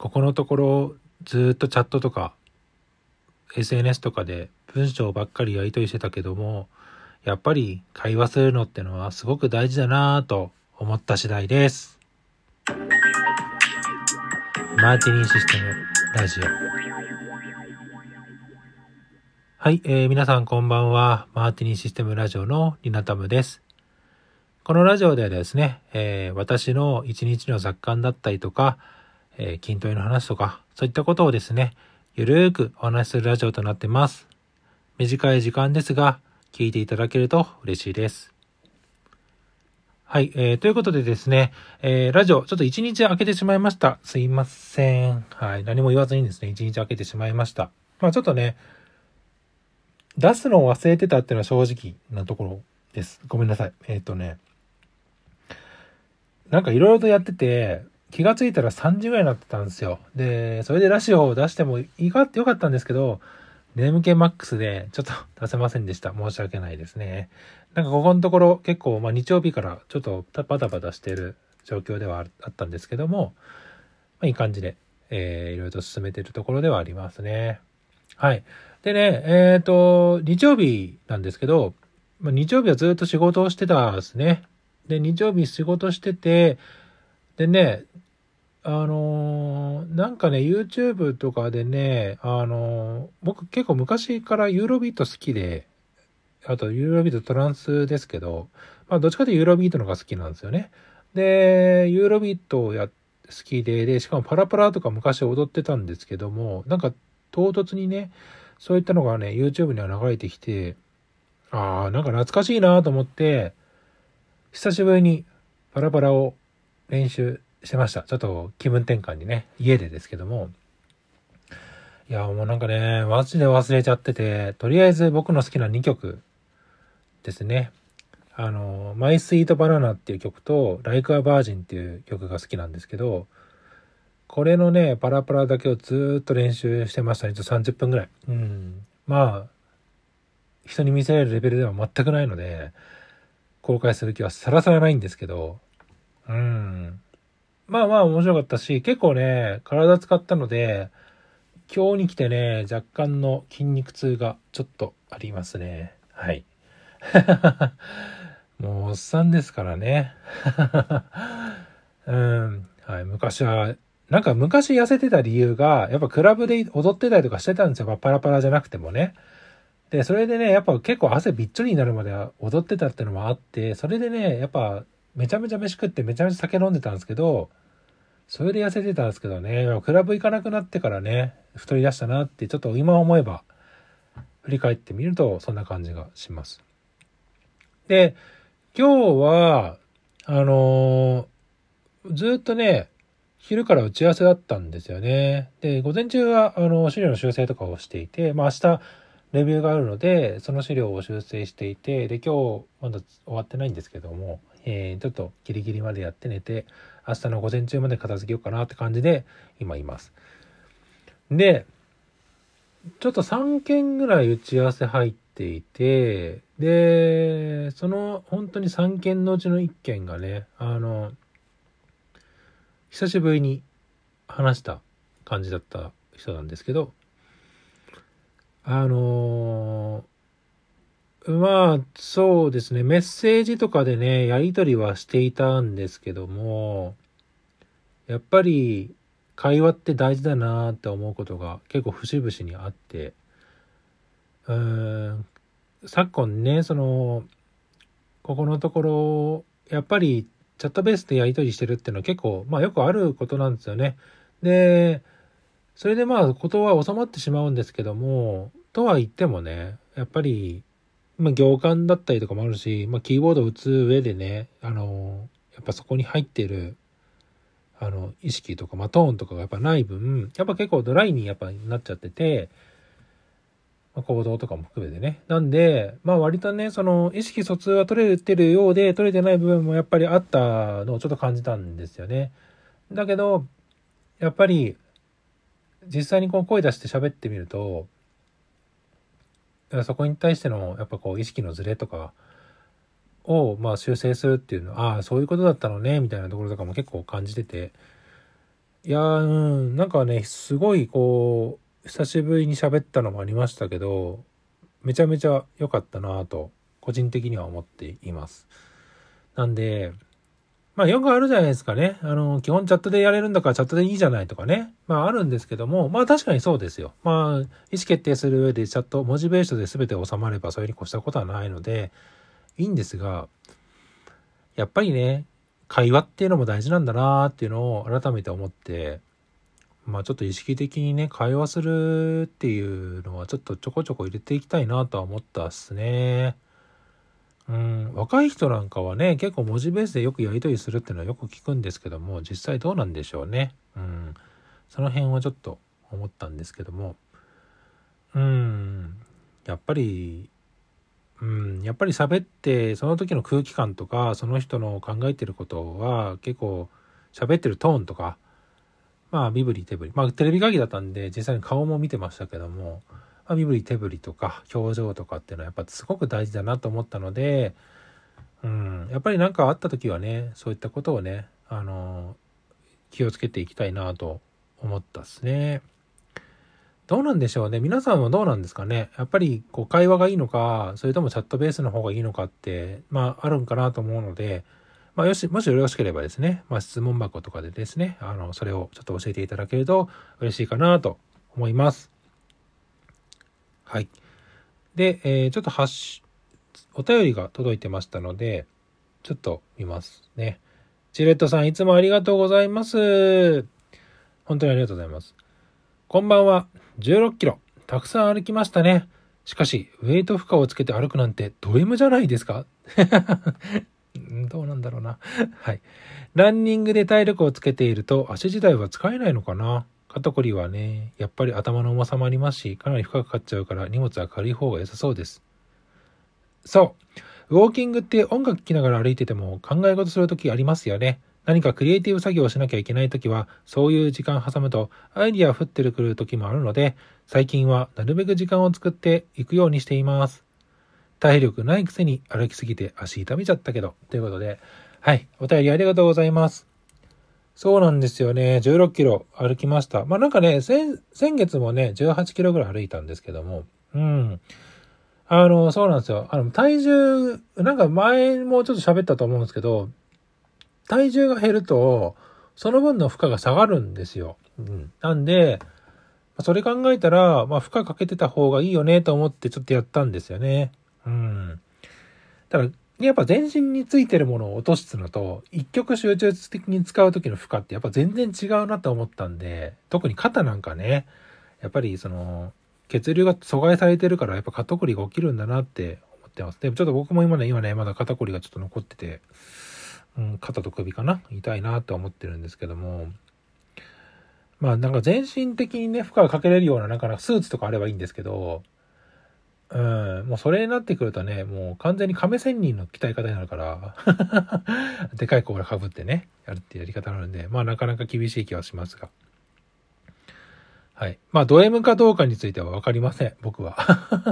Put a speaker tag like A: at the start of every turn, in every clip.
A: ここのところずっとチャットとか SNS とかで文章ばっかりやり取りしてたけども、やっぱり会話するのってのはすごく大事だなぁと思った次第です。マーティニーシステムラジオ。はい、皆さんこんばんは。マーティニーシステムラジオのリナタムです。このラジオではですね、私の一日の雑感だったりとか、筋トレの話とか、そういったことをですね、ゆるーくお話しするラジオとなってます。短い時間ですが、聞いていただけると嬉しいです。はい、ということでですね、ラジオ、ちょっと一日空けてしまいました。すいません。はい、何も言わずにですね、一日空けてしまいました。まあちょっとね、出すのを忘れてたっていうのは正直なところです。ごめんなさい。なんかいろいろとやってて、気がついたら3時ぐらいになってたんですよ。で、それでラジオを出してもよかったんですけど、眠気マックスでちょっと出せませんでした。申し訳ないですね。なんかここのところ結構、日曜日からちょっとバタバタしてる状況ではあったんですけども、いい感じで、いろいろと進めてるところではありますね。はい。でね、日曜日なんですけど、日曜日はずっと仕事をしてたんですね。で、日曜日仕事してて、でね、なんかね、YouTube とかでね、僕結構昔からユーロビート好きで、あとユーロビートトランスですけど、どっちかというとユーロビートの方が好きなんですよね。で、ユーロビート好きで、しかもパラパラとか昔踊ってたんですけども、なんか唐突にね、そういったのがね、YouTube には流れてきて、なんか懐かしいなと思って、久しぶりにパラパラを練習してました。ちょっと気分転換にね、家でですけども。いや、もうなんかね、マジで忘れちゃってて、とりあえず僕の好きな2曲ですね。マイスイートバナナっていう曲と、Like a Virgin っていう曲が好きなんですけど、これのね、パラパラだけをずーっと練習してましたね。30分ぐらい。人に見せられるレベルでは全くないので、公開する気はさらさらないんですけど、面白かったし、結構ね、体使ったので、今日に来てね、若干の筋肉痛がちょっとありますね。はい。もうおっさんですからね。はい。昔痩せてた理由が、やっぱクラブで踊ってたりとかしてたんですよ。パラパラじゃなくてもね。で、それでね、やっぱ結構汗びっちょりになるまで踊ってたってのもあって、それでね、やっぱめちゃめちゃ飯食ってめちゃめちゃ酒飲んでたんですけど、それで痩せてたんですけどね、クラブ行かなくなってからね、太り出したなってちょっと今思えば振り返ってみるとそんな感じがします。で、今日は、ずっとね、昼から打ち合わせだったんですよね。で、午前中は資料の修正とかをしていて、明日レビューがあるので、その資料を修正していて、で、今日まだ終わってないんですけども、ちょっとギリギリまでやって寝て、明日の午前中まで片付けようかなって感じで今います。で、ちょっと3件ぐらい打ち合わせ入っていて、で、その本当に3件のうちの1件がね、久しぶりに話した感じだった人なんですけど、そうですね、メッセージとかでね、やり取りはしていたんですけども、やっぱり会話って大事だなって思うことが結構節々にあって、昨今ね、ここのところ、やっぱりチャットベースでやり取りしてるっていうのは結構、よくあることなんですよね。で、それでことは収まってしまうんですけども、とは言ってもね、やっぱり、行間だったりとかもあるし、キーボードを打つ上でね、やっぱそこに入ってる、意識とか、トーンとかがやっぱない分、やっぱ結構ドライにやっぱなっちゃってて、行動とかも含めてね。なんで、割とね、意識疎通は取れてるようで、取れてない部分もやっぱりあったのをちょっと感じたんですよね。だけど、やっぱり、実際に声出して喋ってみると、そこに対しての、やっぱ意識のズレとかを、修正するっていうのは、そういうことだったのね、みたいなところとかも結構感じてて、 いやー、なんかね、すごいこう、久しぶりに喋ったのもありましたけど、めちゃめちゃ良かったなぁと、個人的には思っています。なんで、まあよくあるじゃないですかね。基本チャットでやれるんだからチャットでいいじゃないとかね。まああるんですけども、まあ確かにそうですよ。まあ、意思決定する上でチャット、文字ベースで全て収まればそれに越したことはないので、いいんですが、やっぱりね、会話っていうのも大事なんだなーっていうのを改めて思って、まあちょっと意識的にね、会話するっていうのはちょっとちょこちょこ入れていきたいなとは思ったっすね。若い人なんかはね、結構文字ベースでよくやり取りするっていうのはよく聞くんですけども、実際どうなんでしょうね。その辺はちょっと思ったんですけども、やっぱり、やっぱり喋って、その時の空気感とか、その人の考えてることは、結構喋ってるトーンとか、まあ身振り手振り、まあテレビ会議だったんで実際に顔も見てましたけども、まあ、身振り手振りとか表情とかっていうのはやっぱすごく大事だなと思ったので、やっぱり何かあった時はね、そういったことをね、気をつけていきたいなと思ったっすね。どうなんでしょうね。皆さんはどうなんですかね。やっぱりこう会話がいいのか、それともチャットベースの方がいいのかって、まああるんかなと思うので、まあもしよろしければですね、まあ質問箱とかでですね、それをちょっと教えていただけると嬉しいかなと思います。はい。で、ちょっとお便りが届いてましたので、ちょっと見ますね。チレットさん、いつもありがとうございます。本当にありがとうございます。こんばんは。16キロ。たくさん歩きましたね。しかし、ウェイト負荷をつけて歩くなんてド M じゃないですかどうなんだろうな。はい。ランニングで体力をつけていると足自体は使えないのかな。肩こりはね、やっぱり頭の重さもありますし、かなり負荷かかっちゃうから荷物は軽い方が良さそうです。そう。ウォーキングって音楽聴きながら歩いてても考え事するときありますよね。何かクリエイティブ作業をしなきゃいけないときは、そういう時間挟むとアイディア降ってくるときもあるので、最近はなるべく時間を作っていくようにしています。体力ないくせに歩きすぎて足痛めちゃったけど。ということで、はい。お便りありがとうございます。そうなんですよね。16キロ歩きました。まあなんかね、先月もね、18キロぐらい歩いたんですけども、そうなんですよ。体重、なんか前もちょっと喋ったと思うんですけど、体重が減ると、その分の負荷が下がるんですよ。なんで、それ考えたら、まあ、負荷かけてた方がいいよねと思ってちょっとやったんですよね。ただ、やっぱ全身についてるものを落とすのと、一極集中的に使う時の負荷ってやっぱ全然違うなと思ったんで、特に肩なんかね、やっぱり血流が阻害されてるから、やっぱ肩こりが起きるんだなって思ってます。でもちょっと僕も今ね、まだ肩こりがちょっと残ってて、肩と首かな痛いなと思ってるんですけども、まあなんか全身的にね、負荷がかけれるような、なんかスーツとかあればいいんですけど、もうそれになってくるとね、もう完全に亀仙人の鍛え方になるから、でかい甲羅かぶってね、やるってやり方なので、まあなかなか厳しい気はしますが。はい。まあド M かどうかについてはわかりません、僕は。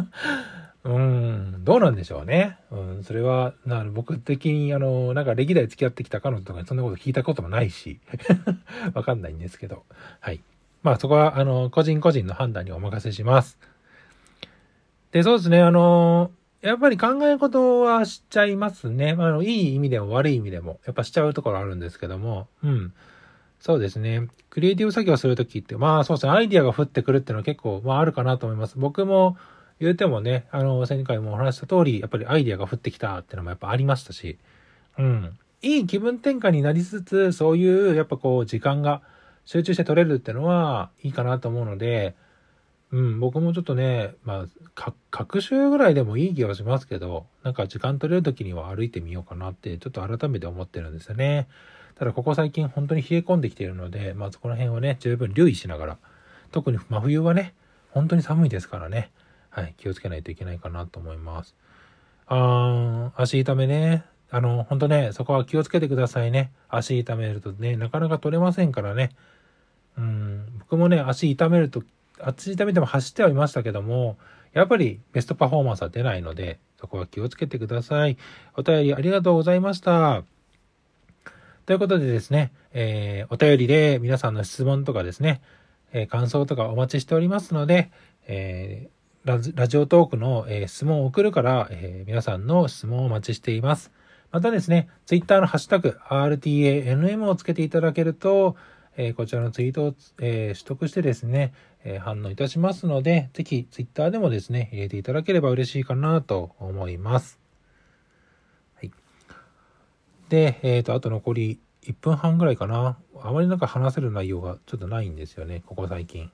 A: どうなんでしょうね。それは、僕的になんか歴代付き合ってきた彼女とかにそんなこと聞いたこともないし、わかんないんですけど。はい。まあそこは、個人個人の判断にお任せします。で、そうですね、やっぱり考え事はしちゃいますね。いい意味でも悪い意味でも、やっぱしちゃうところあるんですけども、そうですね。クリエイティブ作業するときって、まあそうですね、アイディアが降ってくるっていうのは結構、まああるかなと思います。僕も言うてもね、前回もお話した通り、やっぱりアイディアが降ってきたっていうのもやっぱありましたし、いい気分転換になりつつ、そういう、やっぱこう、時間が集中して取れるっていうのは、いいかなと思うので、僕もちょっとね、まあ、各週ぐらいでもいい気はしますけど、なんか時間取れる時には歩いてみようかなって、ちょっと改めて思ってるんですよね。ただここ最近本当に冷え込んできているので、まあそこら辺はね、十分留意しながら、特に真冬はね、本当に寒いですからね、はい、気をつけないといけないかなと思います。足痛めね、本当ね、そこは気をつけてくださいね。足痛めるとね、なかなか取れませんからね。僕もね、足痛めても走ってはいましたけども、やっぱりベストパフォーマンスは出ないので、そこは気をつけてください。お便りありがとうございました。 ということでですね、お便りで皆さんの質問とかですね、感想とかお待ちしておりますので、ラジオトークの、質問を送るから、皆さんの質問をお待ちしています。またですね、ツイッターのハッシュタグ RTANM をつけていただけると、こちらのツイートを、取得してですね、反応いたしますので、ぜひツイッターでもですね、入れていただければ嬉しいかなと思います。はい。で、あと残り1分半ぐらいかな。あまりなんか話せる内容がちょっとないんですよね、ここ最近。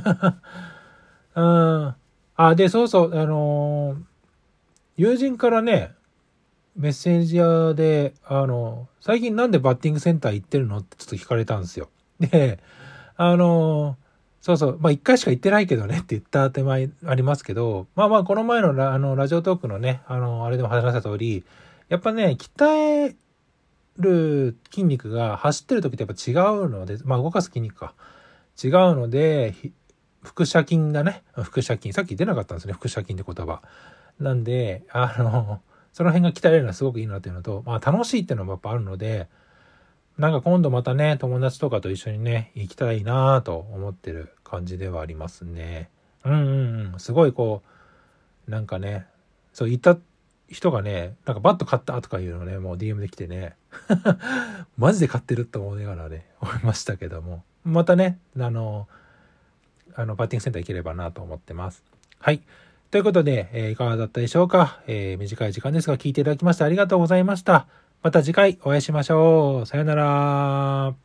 A: で、そうそう、友人からね、メッセージ屋で、最近なんでバッティングセンター行ってるのってちょっと聞かれたんですよ。で、そうそう、まあ一回しか行ってないけどねって言った手前ありますけど、まあこの前のラジオトークのね、あれでも話した通り、やっぱね、鍛える筋肉が走ってる時ってやっぱ違うので、まあ動かす筋肉か。違うので、腹斜筋だね。腹斜筋。さっき出なかったんですね、腹斜筋って言葉。なんで、その辺が鍛えれるのはすごくいいなっていうのと、まあ楽しいっていうのもやっぱあるので、なんか今度またね、友達とかと一緒にね、行きたいなと思ってる感じではありますね。すごいこう、なんかね、そう、行った人がね、なんかバット買ったとかいうのね、もう DM で来てね、マジで買ってると思いながらね、思いましたけども、またね、バッティングセンター行ければなと思ってます。はい。ということで、いかがだったでしょうか。短い時間ですが聞いていただきましてありがとうございました。また次回お会いしましょう。さよなら。